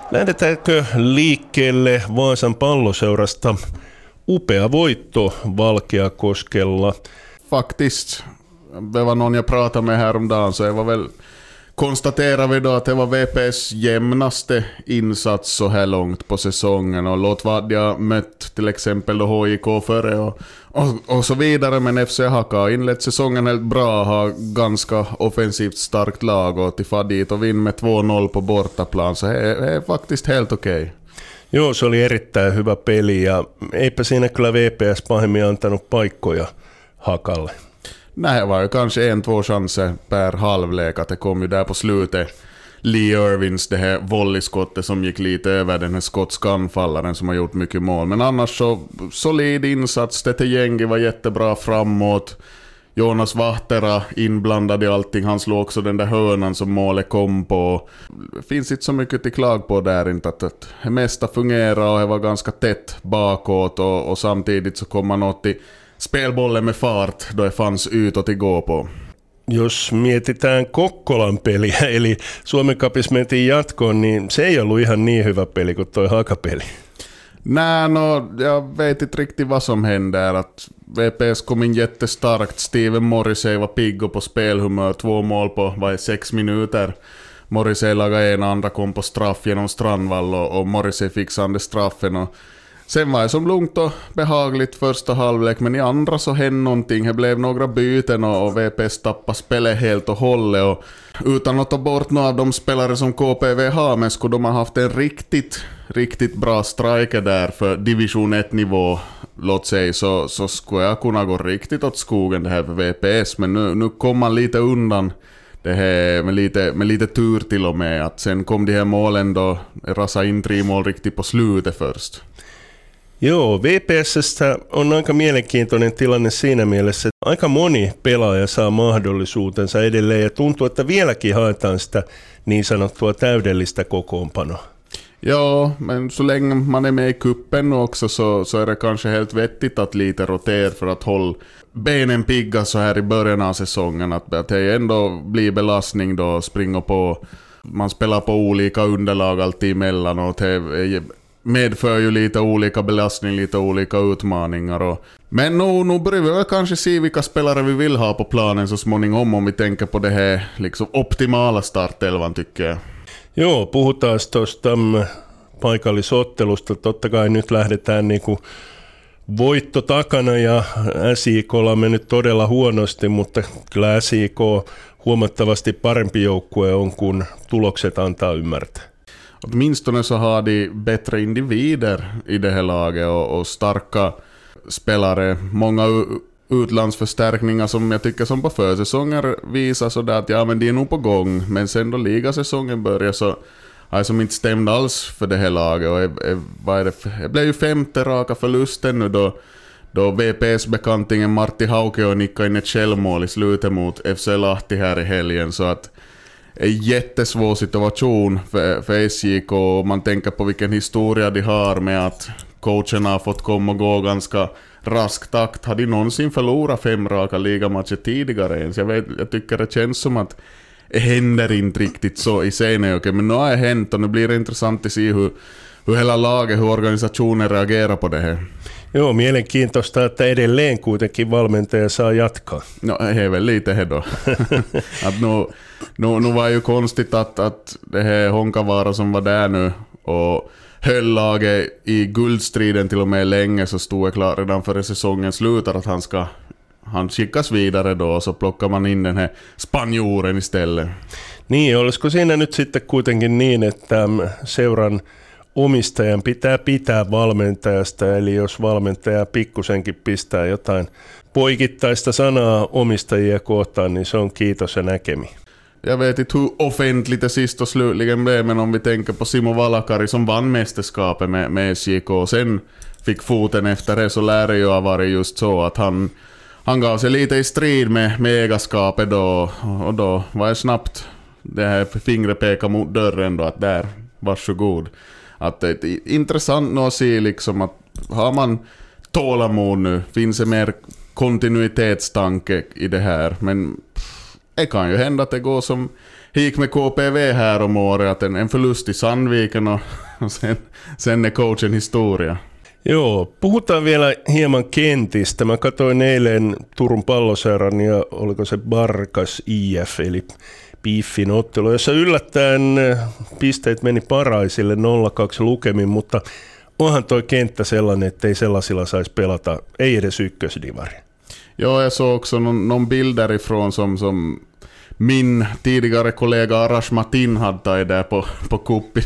Lähdetäänkö liikkeelle Vaasan Palloseurasta? Upea voitto Valkeakoskella. Faktiskt. Det var någon jag pratade med häromdagen, så jag var väl konstaterar vi då att det var VPs jämnaste insats så här långt på säsongen, och låt vad jag mött till exempel då HIK före och så vidare, men FC Haka inlett säsongen helt bra, har ganska offensivt starkt lag och till dit och vinn med 2-0 på bortaplan, så det är faktiskt helt okej. Joo, se oli erittäin hyvä peli ja eipä siinä kyllä VPS pahemmin antanut paikkoja Hakalle. Nej, det var ju kanske 1-2 chanser per halvlek, att det kom ju där på slutet Lee Irvins, det här volleyskottet som gick lite över den här skotska anfallaren som har gjort mycket mål. Men annars så solid insats, det till gänget var jättebra framåt. Jonas Vahtera inblandad i allting, han slog också den där hörnan som målet kom på. Det finns inte så mycket till klag på där, inte att det mesta fungerar och det var ganska tätt bakåt och samtidigt så kom man åt till spelbollen med fart då det fanns utåt att gå på. Jos mietitään Kokkolan peliä, eli Suomen Cupissa mentiin jatkoon, niin se ei ollut ihan niin hyvä peli kuin toi Haka-peli. Nej, jag vet inte riktigt vad som hände. Att VPS kom in jättestarkt. Steven Morrissey var pigg och på spelhumör. 2 mål på 6 minuter. Morrissey lagade en, andra kom på straff genom Strandvall och Morrissey fixade straffen. Och sen var det som lugnt och behagligt första halvlek, men i andra så hände någonting. Det blev några byten och VPS tappade spelet helt och hållet. Och utan att ta bort några av de spelare som KPV har, men skulle de ha haft en riktigt bra striker där för division 1-nivå, låt säga, så skulle jag kunna gå riktigt åt skogen det här för VPS. Men nu kom man lite undan det här med lite tur till och med. Att sen kom de här målen då, rasa in 3 mål riktigt på slutet först. Joo, VPS:stä on aika mielenkiintoinen tilanne siinä mielessä, että aika moni pelaaja saa mahdollisuutensa edelleen ja tuntuu, että vieläkin haetaan sitä niin sanottua täydellistä kokoonpanoa. Ja, men så länge man är med i kuppen också så är det kanske helt vettigt att lite rotera för att hålla benen pigga så här i början av säsongen. Att det ändå blir belastning då, springa på, man spelar på olika underlag alltid emellan och det medför ju lite olika belastning, lite olika utmaningar. Men nu börjar vi väl kanske se vilka spelare vi vill ha på planen så småningom, om vi tänker på det här liksom optimala startelvan, tycker jag. Joo, puhutaan tuosta paikallisottelusta. Totta kai nyt lähdetään niinku voitto takana ja SIK:lla on mennyt todella huonosti, mutta kyllä SIK huomattavasti parempi joukkue on kuin tulokset antaa ymmärtää. Åtminstone så har de bättre individer i det här laget och starka spelare. Många utlandsförstärkningar som jag tycker som på försäsonger visar sådär att ja, men de är nog på gång. Men sen då ligasäsongen börjar så har jag som inte stämt alls för det här laget. Och det blev ju 5:e raka förlusten nu då VPS-bekantingen Martti Haukio nickade in ett självmål i slutet mot FC Lahti här i helgen, så att en jättesvår situation för SJK, och man tänker på vilken historia de har med att coacherna har fått komma och gå ganska rask takt. Har de någonsin förlorat 5 raka ligamatcher tidigare ens? Jag tycker det känns som att det händer inte riktigt så i Seinäjoki, men nu har det hänt och nu blir det intressant att se hur hela laget, hur organisationen reagerar på det här. Joo, mielenkiintoista, että edelleen kuitenkin valmentaja saa jatkaa. No, det är väl lite det då. Att nu var ju konstigt att det här Honkavaara som var där nu och höll laget i guldstriden till och med länge, så stod det klart redan före säsongen slutar att han skickas vidare då, och så plockar man in den här spanjoren istället. Niin, olisiko siinä nyt sitten kuitenkin niin, että seuran omistajan pitää valmentajasta, eli jos valmentaja pikkusenkin pistää jotain poikittaista sanaa omistajia kohtaan, niin se on kiitos ja näkemi. Jag vet inte hur offentligt det sist och slutligen blev, men om vi tänker på Simo Valakari som vann mästerskapet med SJK och sen fick foten efter det, så lär det ju ha varit just så att han gav sig lite i strid med ägarskapet då, och då var det snabbt det här fingret peka mot dörren då, att där, varsågod. Att det är intressant att se liksom att har man tålamod nu, finns det mer kontinuitetstanke i det här, men det kan ju hända att det går som gick med KPV här om året att en förlust i Sandviken och sen är coachen historia. Joo, puhutaan vielä hieman kentistä. Mä katsoin eilen Turun Palloseuran ja oliko se Barkas IF eli Biffin ottelu, jossa yllättäen pisteet meni Paraisille 0-2 lukemin, mutta onhan toi kenttä sellainen, että ei sellaisilla saisi pelata, ei edes ykkösdivari. Ja, jag såg också någon bild därifrån som min tidigare kollega Arash Matin hade tagit där på kuppen.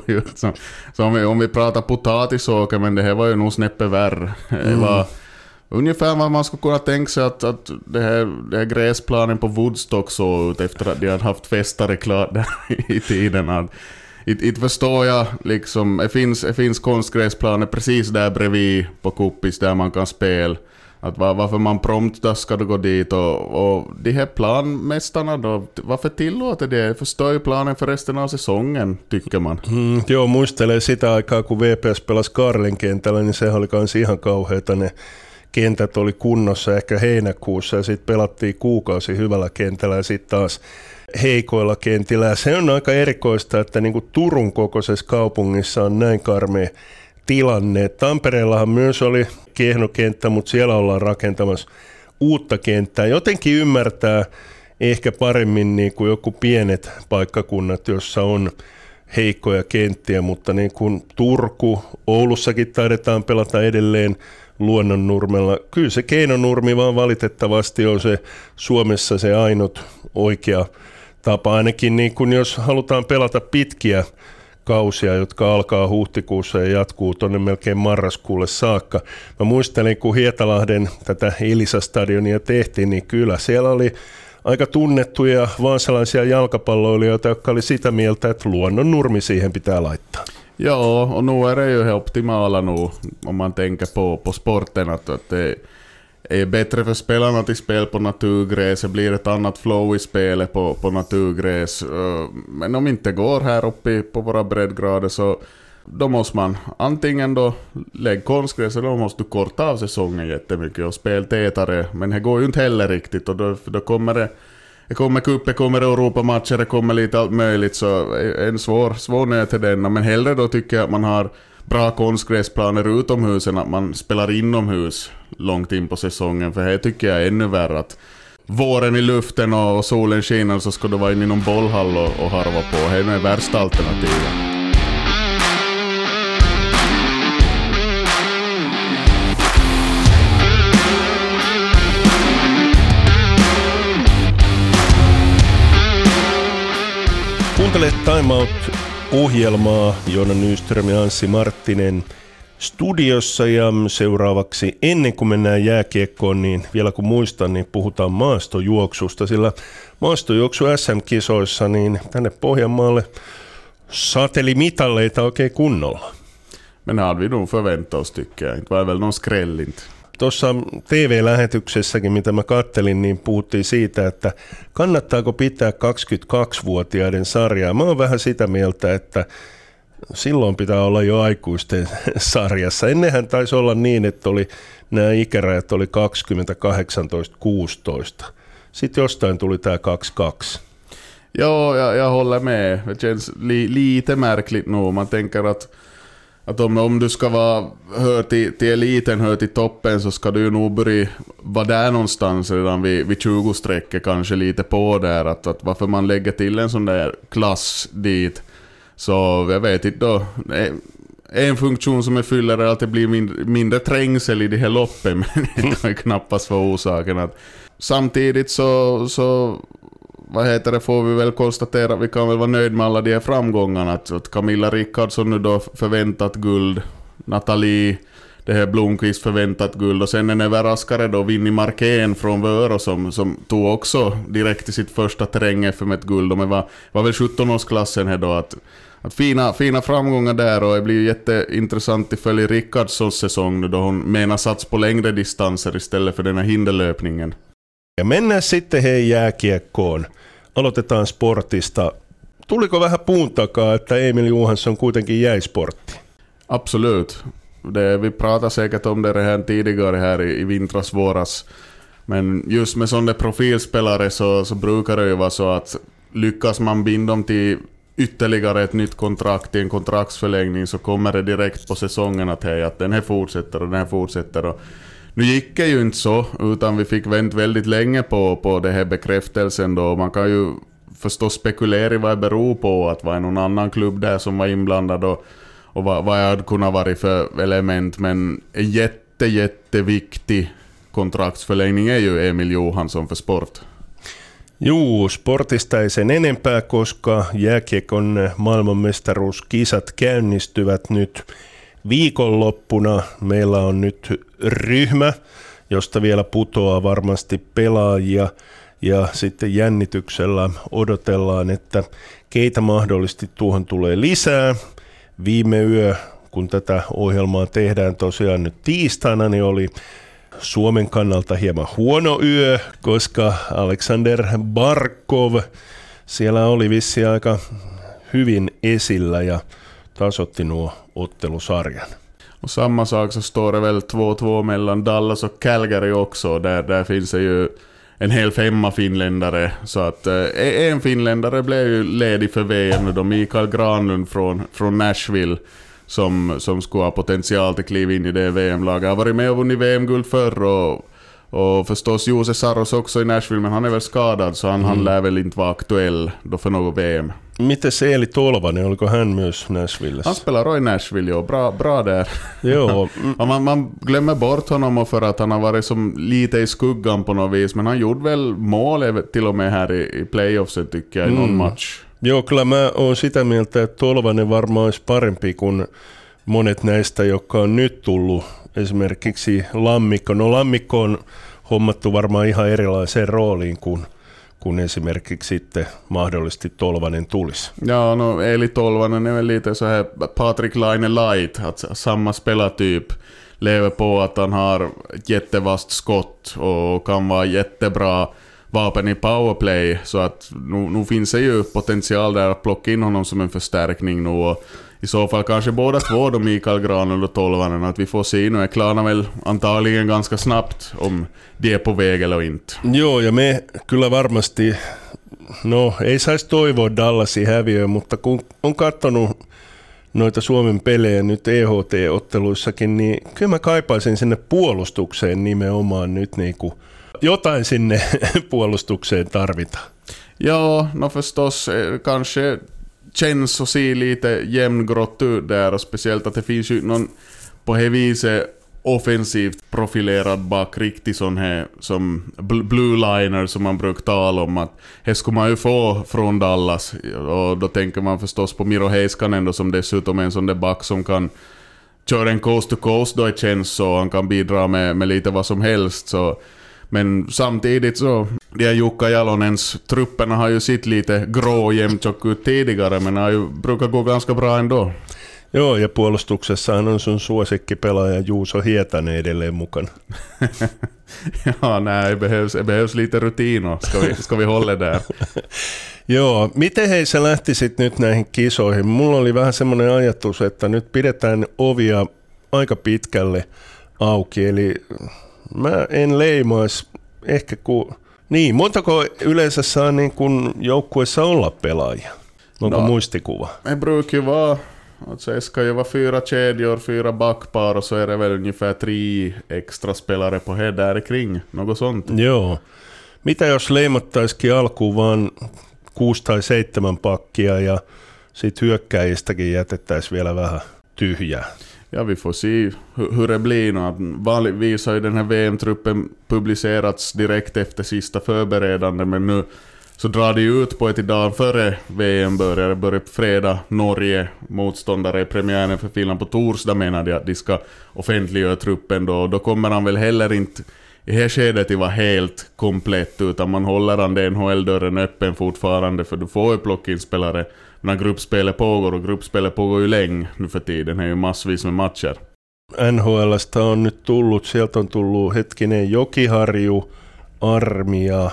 Så om vi pratar potatisåker, men det här var ju nog snäppet värre. Det var ungefär vad man skulle kunna tänka sig att det här gräsplanen på Woodstock såg ut efter att de hade haft festare klart där i tiden. Inte förstår jag liksom, det finns konstgräsplaner precis där bredvid på kuppis där man kan spela. Att varför man prompt då ska du gå dit och de här planmästarna då, varför tillåter det? Förstör ju planen för resten av säsongen, tycker man. Joo, muistelee sitä aikaa, kun VPS pelasi Karlen kentällä, niin se oli kans ihan kauheata. Ne kentät oli kunnossa ehkä heinäkuussa ja sitten pelattiin kuukausi hyvällä kentällä ja sitten taas heikoilla kentillä. Ja se on aika erikoista, että niin kuin Turun kokoisessa kaupungissa on näin karmea tilanne. Tampereellahan myös oli kiehnokenttä, mutta siellä ollaan rakentamassa uutta kenttää. Jotenkin ymmärtää ehkä paremmin niin kuin joku pienet paikkakunnat, jossa on heikkoja kenttiä, mutta niin kuin Turku, Oulussakin taidetaan pelata edelleen Luonnonnurmella. Kyllä se Keinonurmi vaan valitettavasti on se Suomessa se ainut oikea tapa, ainakin niin kuin jos halutaan pelata pitkiä kausia, jotka alkaa huhtikuussa ja jatkuu tuonne melkein marraskuulle saakka. Mä muistelin, kun Hietalahden tätä Elisa-stadionia tehtiin, niin kyllä siellä oli aika tunnettuja vaasalaisia jalkapalloilijoita, jotka oli sitä mieltä, että Luonnonnurmi siihen pitää laittaa. Ja, och nu är det ju helt optimala nu om man tänker på sporten att det är bättre för spelarna att spela på naturgräs, det blir ett annat flow i spelet på naturgräs. Men om inte går här uppe på våra breddgrader så då måste man antingen då lägga konstgräs eller då måste du korta av säsongen jättemycket och spela tätare, men det går ju inte heller riktigt och då kommer det kommer kuppe, kommer Europamatcher, det kommer lite allt möjligt, så en svår nöt till denna. Men hellre då tycker jag att man har bra konstgräsplaner utomhus än att man spelar inomhus långt in på säsongen. För här tycker jag är ännu värre att våren i luften och solen skiner så ska du vara inne i någon bollhall och harva på. Det är det värsta alternativet. Kuuntele Time Out-ohjelmaa, Joona Nyström ja Anssi Marttinen studiossa, ja seuraavaksi ennen kuin mennään jääkiekkoon, niin vielä kun muistan, niin puhutaan maastojuoksusta, sillä maastojuoksu SM-kisoissa niin tänne Pohjanmaalle sateli mitalleita oikein kunnolla. Men hade vi nog förväntat oss, tycker jag. Inte var väl någon skräll inte. Tuossa TV-lähetyksessäkin, mitä mä kattelin, niin puhuttiin siitä, että kannattaako pitää 22-vuotiaiden sarjaa. Mä oon vähän sitä mieltä, että silloin pitää olla jo aikuisten sarjassa. Ennenhän taisi olla niin, että oli nämä ikärajat oli 20, 18, 16. Sitten jostain tuli tämä 22. Ja, jag håller med. Det känns lite märkligt nu. Man tänker att om du ska hör till eliten, hör till toppen, så ska du ju nog börja vara där någonstans redan vid 20-strecket, kanske lite på där. Att varför man lägger till en sån där klass dit. Så jag vet inte då. En funktion som är fyller är att det blir mindre trängsel i det här loppet, men det kan ju knappast vara orsaken. Att samtidigt så vad heter det, får vi väl konstatera att vi kan väl vara nöjd med alla de här framgångarna. Att Camilla Rickardsson nu då förväntat guld, Nathalie, det här Blomqvist förväntat guld, och sen en överraskare då Winnie Markén från Vörå som tog också direkt i sitt första terräng för ett guld. De var väl 17-årsklassen här då, att fina framgångar där, och det blir jätteintressant att följa Rickardssons säsong nu då hon menar sats på längre distanser istället för den här hinderlöpningen. Ja mennään sitten jääkiekkoon. Aloitetaan sportista. Tuliko vähän puun takaa, että Emil Johansson kuitenkin jäi sporttiin? Absolut. Vi pratade säkert om det här tidigare här i vintras, våras. Men just med sådana profilspelare så brukar det ju vara så att lyckas man binda dem till ytterligare ett nytt kontrakt i en kontraktsförlängning så kommer det direkt på säsongen att den här fortsätter och den här fortsätter. Och nu gick det ju inte så, utan vi fick vänta väldigt länge på det här bekräftelsen då. Man kan ju förstås spekulera i vad det beror på, att var någon annan klubb där som var inblandad och vad jag hade kunnat vara för element, men en jätteviktig kontraktsförlängning är ju Emil Johansson för Sport. Juu, sportista ei sen enempää, koska jääkiekon maailmanmestaruuskisat käynnistyvät nyt viikonloppuna. Meillä on nyt ryhmä, josta vielä putoaa varmasti pelaajia, ja sitten jännityksellä odotellaan, että keitä mahdollisesti tuohon tulee lisää. Viime yö, kun tätä ohjelmaa tehdään tosiaan nyt tiistaina, niin oli Suomen kannalta hieman huono yö, koska Alexander Barkov siellä oli vissiin aika hyvin esillä ja tasoitti nuo ottelusarjan. Och samma sak så står det väl 2-2 mellan Dallas och Calgary också. Där finns det ju en hel 5 finländare. Så att en finländare blev ju ledig för VM nu då, Mikael Granlund från Nashville. Som skulle ha potential till kliva in i det VM-laget. Han har varit med och vunnit VM-guld förr och förstås Jose Saros också i Nashville, men han är väl skadad så han lär väl inte vara aktuell då för något VM. Miten se Eeli Tolvanen, oliko hän myös Nashvillessä? Han spelar i Nashville, jo. Bra där. Jo. man glömmer bort honom för att han har varit som lite i skuggan på något vis, men han gjorde väl mål till och med här i playoffsen tycker jag i någon match. Joo, kyllä mä oon sitä mieltä, että Tolvanen varmaan olisi parempi kuin monet näistä, jotka on nyt tullut. Esimerkiksi Lammikko. No Lammikko on hommattu varmaan ihan erilaiseen rooliin kun esimerkiksi sitten mahdollisesti Tolvanen tulisi. Ja, no Eli Tolvanen är väl lite så här Patrik Laine light, att samma spelartyp lever på att han har ett jättevast skott och kan vara jättebra vapen i powerplay, så att nu finns det ju potential där att plocka in honom som en förstärkning nu, och i så fall kanske båda två då, Mikael Granlund och Tolvanen, att vi får se. Nu är klarna väl antagligen ganska snabbt om de är på väg eller inte. Joo, ja me kyllä varmasti, no ei saisi toivoa Dallasin häviöön, mutta kun on katsonut noita Suomen pelejä nyt EHT-otteluissakin, niin kyllä mä kaipaisin sinne puolustukseen nimenomaan nyt niinku jotain sinne puolustukseen tarvitaan. Ja, no förstås kanske känns och ser lite jämngrått ut där, och speciellt att det finns ju någon på det viset offensivt profilerad back, riktigt sån här som blue liner som man brukar tala om, att det skulle man ju få från Dallas, och då tänker man förstås på Miro Heiskanen då, som dessutom är en sån där back som kan köra en coast to coast då det känns så, han kan bidra med lite vad som helst, så. Men samtidigt så, de här Jukka Jalonens trupperna har ju sitt lite grå jämntjock ut tidigare, men har ju brukar gå ganska bra ändå. Joo, ja puolustuksessahan on sun suosikkipelaaja Juuso Hietanen edelleen mukana. Ja, nej, det behövs lite rutin, ska vi hålla där. Joo, miten hei sä lähtisit nyt näihin kisoihin? Mulla oli vähän semmoinen ajatus, että nyt pidetään ovia aika pitkälle auki, eli mä en leimaisi ehkä niin, montako yleensä saa niin kuin joukkueessa olla pelaajia? Onko muistikuva? Det brukar ju vara, alltså det ska ju vara 4 kedjor, 4 backpar, och så är det väl ungefär 3 extra spelare på här där kring, något sånt. Joo. Mitä jos leimattaisikin alkuun vaan 6 tai 7 pakkia ja sit hyökkäjistäkin jätettäisiin vielä vähän tyhjää? Ja, vi får se hur det blir nu. Vanligtvis har ju den här VM-truppen publicerats direkt efter sista förberedande, men nu så drar de ut på ett idag före VM börjar på fredag. Norge, motståndare i premiären för Finland på torsdag, menar de att de ska offentliggöra truppen då kommer han väl heller inte i det här skedet vara helt komplett, utan man håller han den NHL-dörren öppen fortfarande, för du får ju plocka in spelare när gruppspelet pågår, och gruppspelet pågår ju länge nu för tiden, det är ju massvis med matcher. NHL:stä on nyt tullut, sieltä on tullut hetkinen Jokiharju, Armia,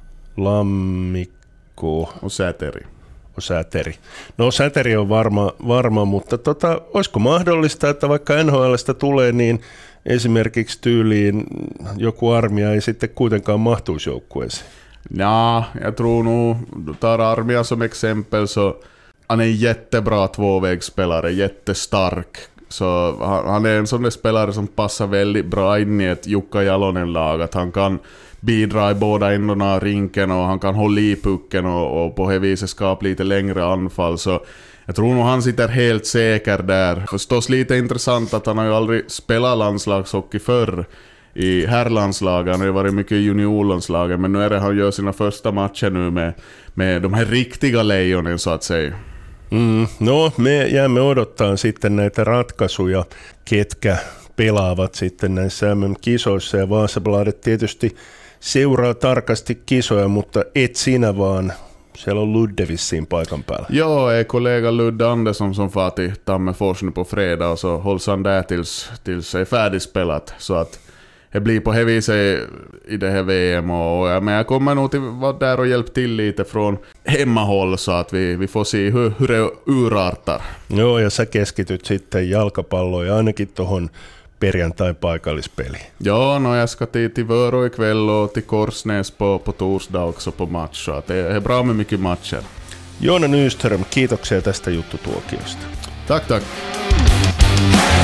Lammikko och Säteri. No Säteri on varma, mutta olisiko mahdollista, että vaikka NHL:stä tulee, niin esimerkiksi tyyliin joku Armia ei sitten kuitenkaan mahtuisi joukkueeseen? Ja, jag tror nog, du tar Armia som exempel, så han är en jättebra tvåvägsspelare, jättestark. Så han är en sån där spelare som passar väldigt bra in i ett Jukka Jalonen-lag, att han kan bidra i båda ändarna av rinken och han kan hålla i pucken och på det viset skapa lite längre anfall. Så jag tror nog han sitter helt säker där. Förstås lite intressant att han har ju aldrig spelat landslagshockey förr i herrlandslagen. Han har ju varit mycket i juniorlandslagen, men nu är det han gör sina första matcher nu med de här riktiga lejonen så att säga. No, me jäämme odottaa sitten näitä ratkaisuja, ketkä pelaavat sitten näissä MM-kisoissa, ja Vasabladet tietysti seuraa tarkasti kisoja, mutta et sinä vaan. Siellä on Ludde vissiin paikan päällä. Joo, är kollega Ludde Andersson som far till Tammerfors nu på fredag, och så hålls han där tills det är färdigspelat, så att det blir på heviset i det här VM, men jag kommer nog till vara där och hjälpa till lite från hemmahåll, så att vi får se hur det urartar. Joo, ja sä keskityt sitten jalkapalloon ja ainakin tuohon perjantain paikallispeliin. Ja, no jag ska till Vörå ikväll och till Korsnäs på torsdag också på match, så att det är bra med mycket matcher. Joona Nyström, kiitoksia tästä juttutuokiosta. Tack.